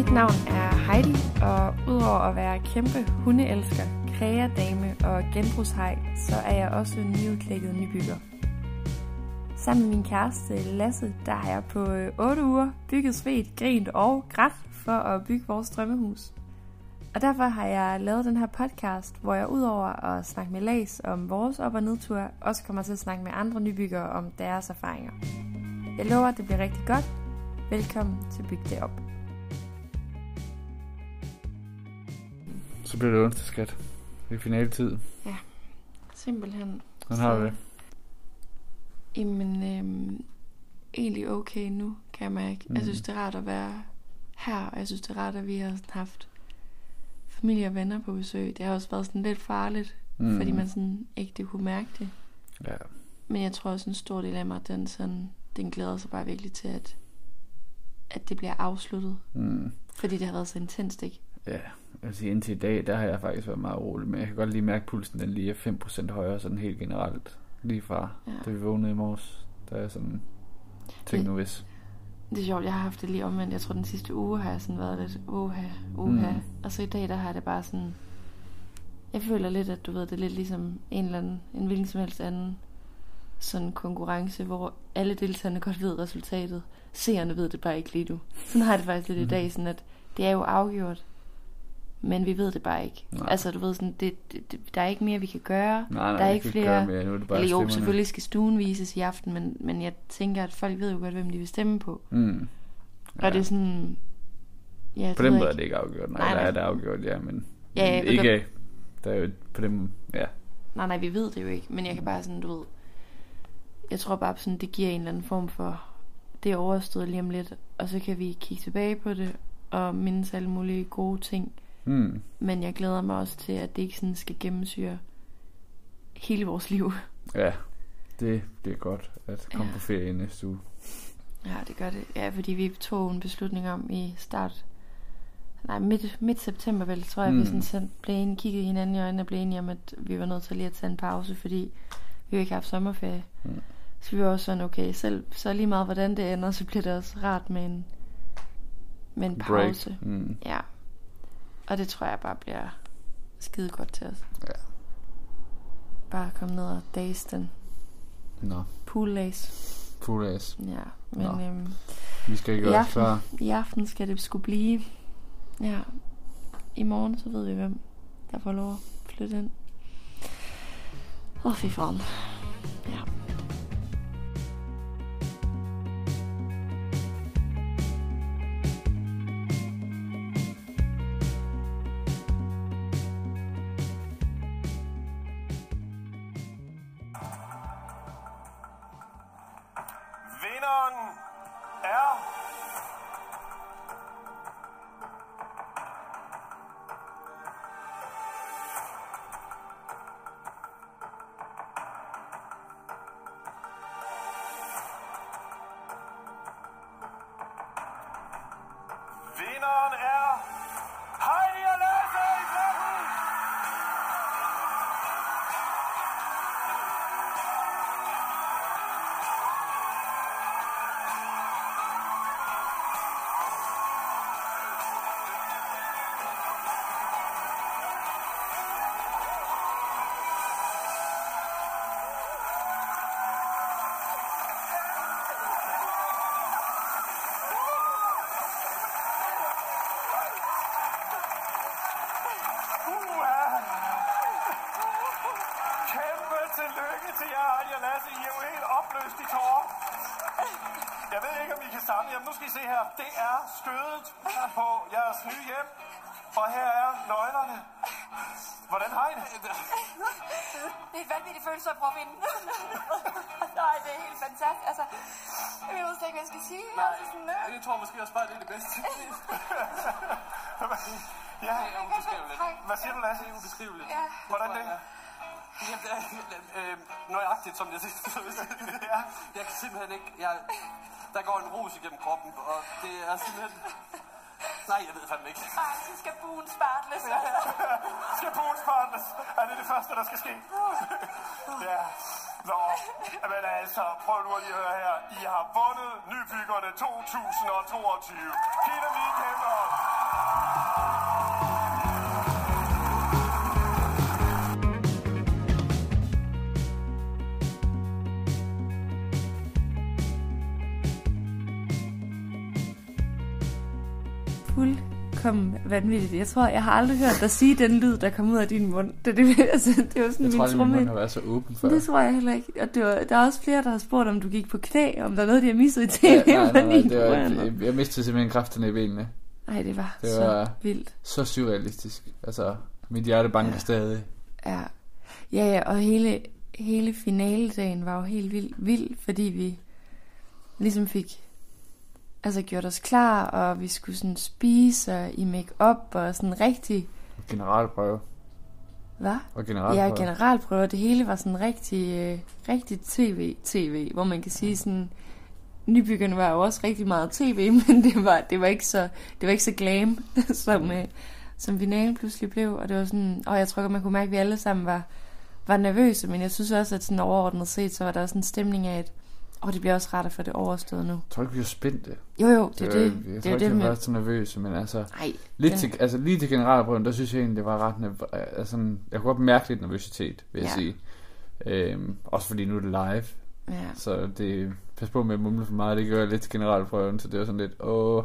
Mit navn er Heidi, og udover at være kæmpe hundeelsker, kreadame og genbrugshaj, så er jeg også nyudklækket nybygger. Sammen med min kæreste Lasse, der har jeg på 8 uger bygget, svedt, grint og grædt for at bygge vores drømmehus. Og derfor har jeg lavet den her podcast, hvor jeg udover at snakke med Las om vores op- og nedtur, også kommer til at snakke med andre nybyggere om deres erfaringer. Jeg lover, at det bliver rigtig godt. Velkommen til Byg det op. Så bliver det onsdag, skat. Det er finaletid. Ja, simpelthen. Hvordan har du det? Jamen, egentlig okay nu, kan jeg mærke. Jeg synes, det er rart at være her, og jeg synes, det er rart, at vi har haft familie og venner på besøg. Det har også været sådan lidt farligt, fordi man sådan ikke kunne mærke det. Ja. Men jeg tror også, en stor del af mig, den glæder sig bare virkelig til, at det bliver afsluttet. Fordi det har været så intenst, ikke? Ja, altså indtil i dag, der har jeg faktisk været meget rolig, men jeg kan godt lige mærke, at pulsen den lige er 5% højere, sådan helt generelt. Lige fra, da vi vågnede i morges, der er sådan ting nu hvis. Det er sjovt, jeg har haft det lige omvendt. Jeg tror, den sidste uge har jeg sådan været lidt Og så i dag, der har jeg det bare sådan, jeg føler lidt, at du ved, det er lidt ligesom en hvilken som helst anden sådan konkurrence, hvor alle deltagerne godt ved resultatet. Seerne ved det bare ikke lige nu. Sådan har jeg det faktisk lidt i dag, sådan at det er jo afgjort, men vi ved det bare ikke. Nej. Altså du ved sådan, der er ikke mere vi kan gøre. Nej, der er ikke flere. Mere. Nu er det bare eller jo, selvfølgelig skal stuen vises i aften, men jeg tænker, at folk ved jo godt, hvem de vil stemme på. Ja. Og det er sådan, ja, på den måde er det ikke afgjort. Nej, der er det afgjort, ja, men ikke. Der er jo på dem, ja. Nej, vi ved det jo ikke, men jeg kan bare sådan, du ved, jeg tror bare sådan, det giver en eller anden form for, det er overstået lige om lidt, og så kan vi kigge tilbage på det og mindes alle mulige gode ting. Men jeg glæder mig også til, at det ikke sådan skal gennemsyre hele vores liv. Ja, det er godt at komme på ferie næste uge. Ja, det gør det. Ja, fordi vi tog en beslutning om i midt september vel, tror jeg, vi sådan kiggede hinanden i øjnene og blev enige om, at vi var nødt til lige at tage en pause, fordi vi jo ikke har haft sommerferie. Så vi var også sådan, okay, selv så lige meget hvordan det ender, så bliver det også rart med en pause. Ja. Og det tror jeg bare bliver skide godt til os. Ja. Bare komme ned og dase den. Pool-lace. Ja, men vi skal ikke gøre klar. I aften skal det skulle blive. Ja. I morgen så ved vi hvem der får lov at flytte ind. Fy fanden. Ja. Vinderen er Heidi og Lasse i Blakken! Tillykke til jer, Heidi og Lasse. I er jo helt opløst i tårer. Jeg ved ikke, om I kan samle jer. Nu skal I se her. Det er stødet på jeres nye hjem. Og her er nøglerne. Hvordan har I det? Det er vanvittigt følelse at prøve at vinde. Nej, det er helt fantastisk. Altså, jeg ved slet ikke, hvad jeg skal sige. Nej, jeg tror måske også bare, det er det bedste. Ja, det er ubeskriveligt. Hvad siger du, Lasse? Det er ubeskriveligt. Ja. Hvordan det? Nøjagtigt, som jeg siger. Ja. Jeg kan simpelthen ikke... Der går en ros igennem kroppen, og det er simpelthen... Nej, jeg ved fandme ikke. Ej, så skal buen spartles. Skal buen spartles? Er det det første, der skal ske? Ja. Nå, men altså, prøv nu lige at høre her. I har vundet Nybyggerne 2022. Giv dem lige kæmper. kom vanvittigt. Jeg tror, jeg har aldrig hørt dig sige den lyd, der kom ud af din mund. Det var sådan jeg tror, min mund har været så åben før. Det tror jeg heller ikke. Og der er også flere, der har spurgt, om du gik på knæ, om der er noget, de har misset i tv. Jeg mistede simpelthen kræfterne i benene. Nej, det var så vildt. Så surrealistisk. Altså, mit hjerte banker stadig. Ja, og hele finaledagen var jo helt vild, fordi vi ligesom fik gjort os klar, og vi skulle sådan spise og i make-up og sådan rigtig generalprøve. Hvad? Og generalprøve. Ja, generalprøve. Det hele var sådan rigtig tv, hvor man kan sige sådan, Nybyggerne var jo også rigtig meget tv, men det var ikke så glam, som finalen pludselig blev, og det var sådan, jeg tror godt, man kunne mærke, at vi alle sammen var nervøse, men jeg synes også, at sådan overordnet set, så var der også en stemning af, at det bliver også rart at få det overstået nu. Jeg tror ikke, vi var spændte. Jo, det er det. Jeg tror ikke, vi var så nervøse, men lige til generalprøven, der synes jeg egentlig, det var ret jeg kunne godt mærke lidt nervøsitet, vil jeg sige. Også fordi nu er det live. Ja. Så det pas på med at mumle for meget. Det gør jeg lidt til generalprøven, så det var sådan lidt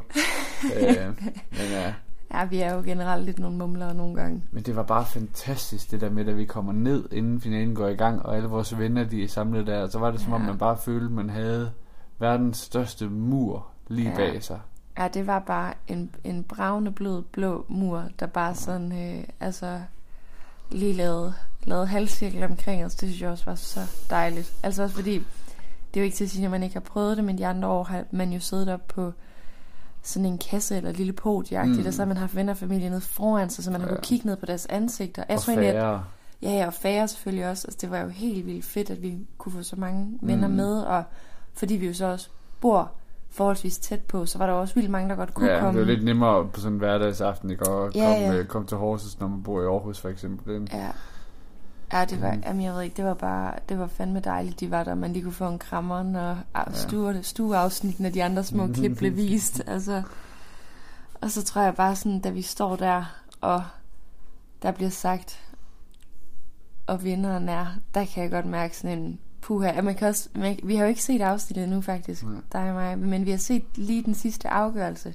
men ja, vi er jo generelt lidt nogle mumlere nogle gange. Men det var bare fantastisk, det der med, at vi kommer ned, inden finalen går i gang, og alle vores venner, de er samlet der. Og så var det som om, man bare følte, at man havde verdens største mur lige bag sig. Ja, det var bare en bravende blå mur, der bare sådan, lige lavede halvcirkel omkring os. Det synes jeg også var så dejligt. Altså også fordi, det er jo ikke til at sige, at man ikke har prøvet det, men de andre år har man jo siddet op på sådan en kasse eller et lille podieagtigt, og så har man haft venner og familie nede foran sig, så man har kunnet kigge ned på deres ansigter. Og færre. Og færre selvfølgelig også. Altså, det var jo helt vildt fedt, at vi kunne få så mange venner med, og fordi vi jo så også bor forholdsvis tæt på, så var der også vildt mange, der godt kunne komme. Det var lidt nemmere på sådan en hverdagsaften, ikke? Og komme til Horsens, når man bor i Aarhus for eksempel. Ja, det var, jeg ved ikke, det var fandme dejligt, de var der, man lige kunne få en krammer, og stueafsnitten af de andre små klip blev vist, altså. Og så tror jeg bare sådan, da vi står der, og der bliver sagt, og vinderen er, der kan jeg godt mærke sådan en puha. Vi har jo ikke set afsnittet endnu faktisk, dig og mig, men vi har set lige den sidste afgørelse.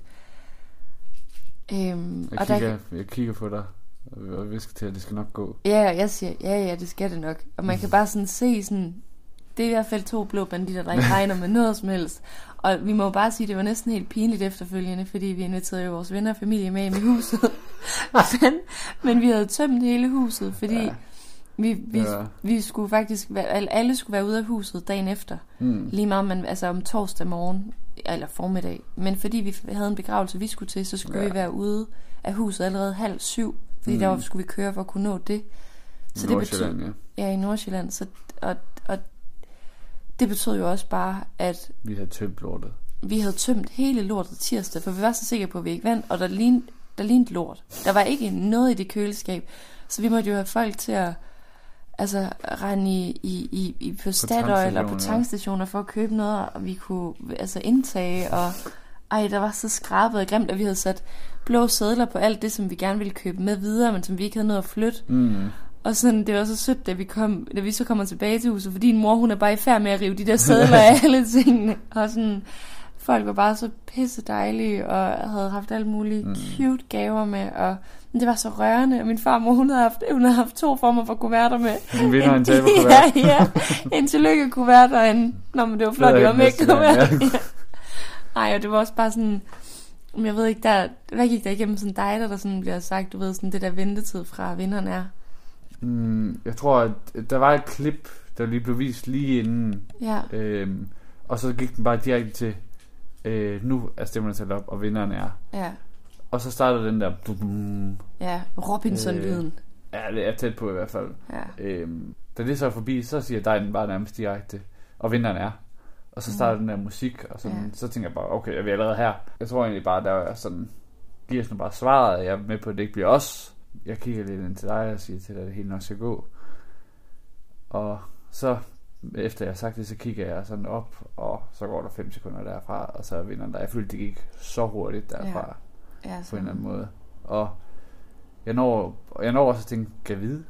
Jeg kigger på dig og visker til, at det skal nok gå. Ja, jeg siger, det skal det nok. Og man kan bare sådan se sådan, det er i hvert fald 2 blå banditter, der ikke regner med noget som helst. Og vi må jo bare sige, det var næsten helt pinligt efterfølgende, fordi vi inviterede jo vores venner og familie med i huset. men vi havde tømt hele huset, fordi vi skulle faktisk, alle skulle være ude af huset dagen efter. Lige meget, om torsdag morgen, eller formiddag. Men fordi vi havde en begravelse, vi skulle til, så skulle vi være ude af huset allerede 6:30, fordi der skulle vi køre for at kunne nå det. Så det betød, i Nordsjælland. Så, og det betød jo også bare, at vi havde tømt lortet. Vi havde tømt hele lortet tirsdag, for vi var så sikre på, at vi ikke vandt, og der lignede lort. Der var ikke noget i det køleskab, så vi måtte jo have folk til at rende på Statoil eller på tankstationer for at købe noget, og vi kunne indtage, og der var så skrabet og grimt, at vi havde sat blå sedler på alt det, som vi gerne ville købe med videre, men som vi ikke havde noget at flytte. Og sådan, det var så sødt, da vi så kommer tilbage til huset, fordi din mor, hun er bare i færd med at rive de der sedler af alle tingene, og sådan, folk var bare så pisse dejlige, og havde haft alle mulige cute gaver med, og det var så rørende, og min farmor, hun havde haft 2 former for kuverter med. En vinder og en taber kuvert. Ja, en tillykke kuvert, og en, det var flot, det var med kuvert. Ej, og det var også bare sådan, jeg ved ikke, hvad gik der igennem sådan dig, der sådan bliver sagt, du ved, sådan det der ventetid fra vinderen er? Jeg tror, at der var et klip, der lige blev vist lige inden, og så gik den bare direkte til, nu er stemmerne sat op, og vinderen er. Ja. Og så startede den der... Robinson-lyden. Det er tæt på i hvert fald. Ja. Da det så er forbi, så siger dig den bare nærmest direkte, og vinderen er. Og så starter den der musik, og sådan, så tænker jeg bare, okay, er vi allerede her? Jeg tror egentlig bare, der er sådan, giver sådan bare svaret, jeg er med på, at det ikke bliver os. Jeg kigger lidt ind til dig og siger til dig, at det helt nok skal gå. Og så, efter jeg har sagt det, så kigger jeg sådan op, og så går der 5 sekunder derfra, og så er vinderen der. Jeg følte, det gik så hurtigt derfra, på en eller anden måde. Og jeg når også at tænke, kan jeg vide?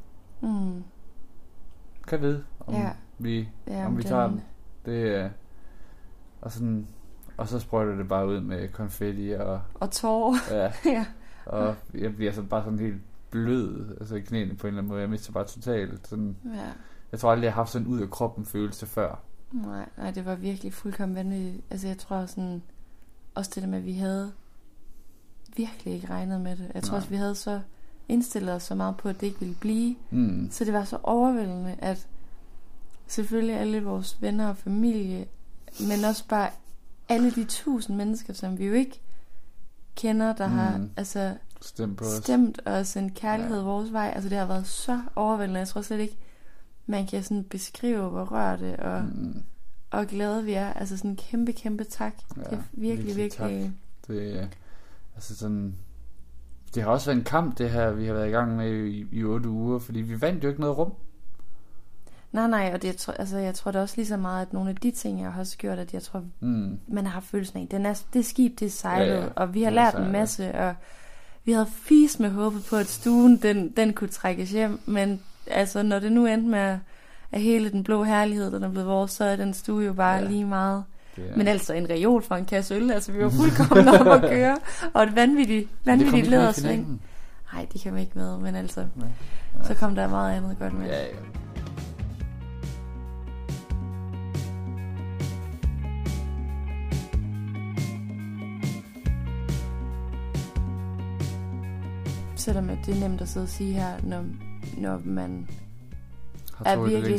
Kan jeg vide, om vi tager den? Det og sådan, og så sprøjter det bare ud med konfetti og tårer. Ja. Og jeg bliver så bare sådan helt blød, altså i knæene på en eller anden måde. Jeg mister bare totalt sådan... Ja. Jeg tror aldrig, jeg har haft sådan ud af kroppen følelse før. Nej, det var virkelig fuldkommen vanvittigt. Altså jeg tror sådan, også det der med, at vi havde virkelig ikke regnet med det. Jeg tror også, vi havde så indstillet os så meget på, at det ikke ville blive. Så det var så overvældende, at selvfølgelig alle vores venner og familie, men også bare alle de 1000 mennesker, som vi jo ikke kender, der har altså stemt og sendt kærlighed vores vej. Altså det har været så overvældende. Jeg tror slet ikke, man kan sådan beskrive, hvor rørte og glade vi er. Altså sådan en kæmpe tak. Ja, det er virkelig tak. Det, altså sådan, det har også været en kamp, det her, vi har været i gang med i 8 uger, fordi vi vandt jo ikke noget rum. Nej, og det, altså, jeg tror da også lige så meget, at nogle af de ting, jeg har også gjort, at jeg tror, man har haft følelsen af, det skib, det er sejlet, og vi har lært en masse, og vi havde fisk med håbet på, at stuen, den kunne trækkes hjem, men altså, når det nu endte med, at hele den blå herlighed, den er blevet vores, så er den stue jo bare lige meget. Men altså en reol for en kasse øl, altså vi var fuldkommen op at køre, og et vanvittigt lædersving. Nej, det kan vi ikke med, men altså, så kom der meget andet godt med. Ja. Selvom det er nemt at sidde og sige her, når man er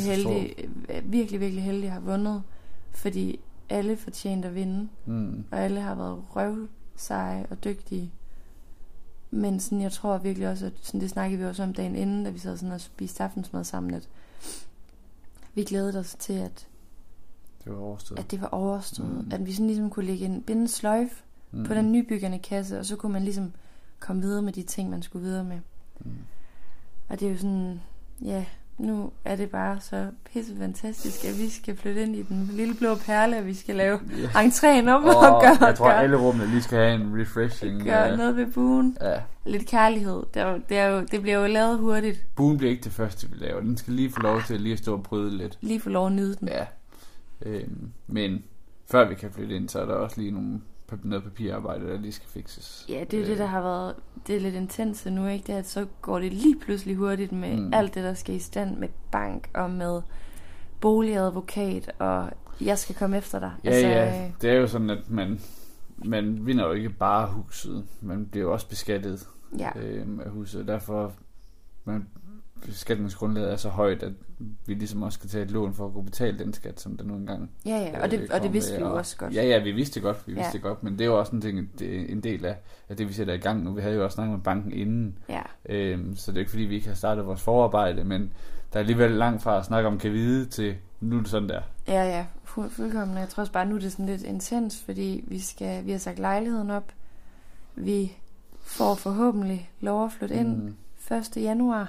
virkelig heldig har vundet, fordi alle fortjente at vinde, og alle har været røvseje og dygtige. Men sådan, jeg tror virkelig også, at sådan, det snakkede vi også om dagen inden, da vi sad sådan og spiste aftensmad sammen, at vi glædede os til, at det var overstået. At vi sådan ligesom kunne binde en sløjfe på den nybyggerne kasse, og så kunne man ligesom komme videre med de ting, man skulle videre med. Og det er jo sådan, nu er det bare så pisse fantastisk, at vi skal flytte ind i den lille blå perle, og vi skal lave entréen om og gøre. Jeg tror, alle rummene lige skal have en refreshing. Gøre noget ved buen. Ja. Lidt kærlighed. Det bliver jo lavet hurtigt. Buen bliver ikke det første, vi laver. Den skal lige få lov til lige at stå og bryde lidt. Lige få lov at nyde den. Ja. Men før vi kan flytte ind, så er der også lige noget papirarbejde, der lige skal fikses. Ja, det er det, der har været... Det er lidt intense nu, ikke? Det er, at så går det lige pludselig hurtigt med alt det, der skal i stand med bank og med boligadvokat, og jeg skal komme efter dig. Ja, det er jo sådan, at man vinder jo ikke bare huset. Man bliver jo også beskattet af huset. Derfor beskatningsgrundlaget er så højt, at vi ligesom også skal tage et lån for at kunne betale den skat, som der nu engang og det vidste vi jo også godt. Ja, vi vidste det godt, men det er jo også en del af det, vi sætter i gang nu. Vi havde jo også snakket med banken inden, så det er ikke fordi, vi ikke har startet vores forarbejde, men der er alligevel langt fra at snakke om kan vide til, nu er det sådan der. Ja, fuldkommen. Jeg tror også bare, nu er det sådan lidt intens, fordi vi har sagt lejligheden op. Vi får forhåbentlig lov at flytte ind 1. januar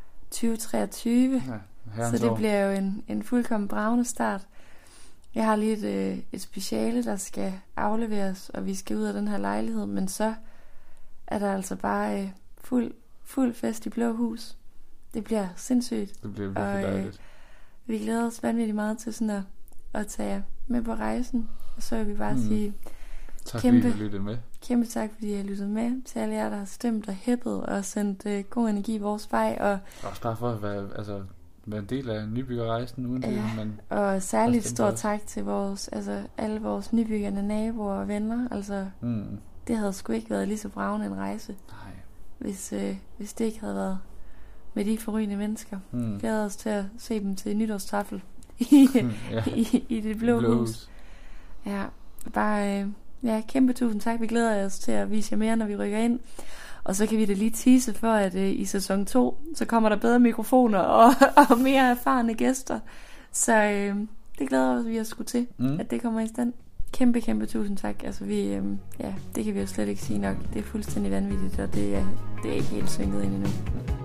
2023. Så det bliver jo en fuldkommen bragende start. Jeg har lige et speciale, der skal afleveres, og vi skal ud af den her lejlighed, men så er der altså bare fuld fest i Blå Hus. Det bliver sindssygt. Det bliver virkelig dejligt. Vi glæder os vanvittigt meget til sådan at tage med på rejsen, og så vil vi bare sige tak, fordi I lyttede med. Kæmpe tak, fordi I har lyttet med. Til alle jer, der har stemt og hæppet og sendt god energi vores vej. Og også bare for at være en del af nybyggerrejsen uden man og særligt stor tak til alle vores nybyggerne naboer og venner. Det havde sgu ikke været lige så bragende en rejse. Nej. Hvis det ikke havde været med de forrygende mennesker. Glæder os til at se dem til nytårstafel i det blå hus. Ja, bare kæmpe tusind tak. Vi glæder os til at vise jer mere, når vi rykker ind. Og så kan vi da lige tease for, at i sæson 2, så kommer der bedre mikrofoner og mere erfarne gæster. Så det glæder vi os sgu til, at det kommer i stand. Kæmpe tusind tak. Altså det kan vi jo slet ikke sige nok. Det er fuldstændig vanvittigt, og det er ikke helt synket ind endnu.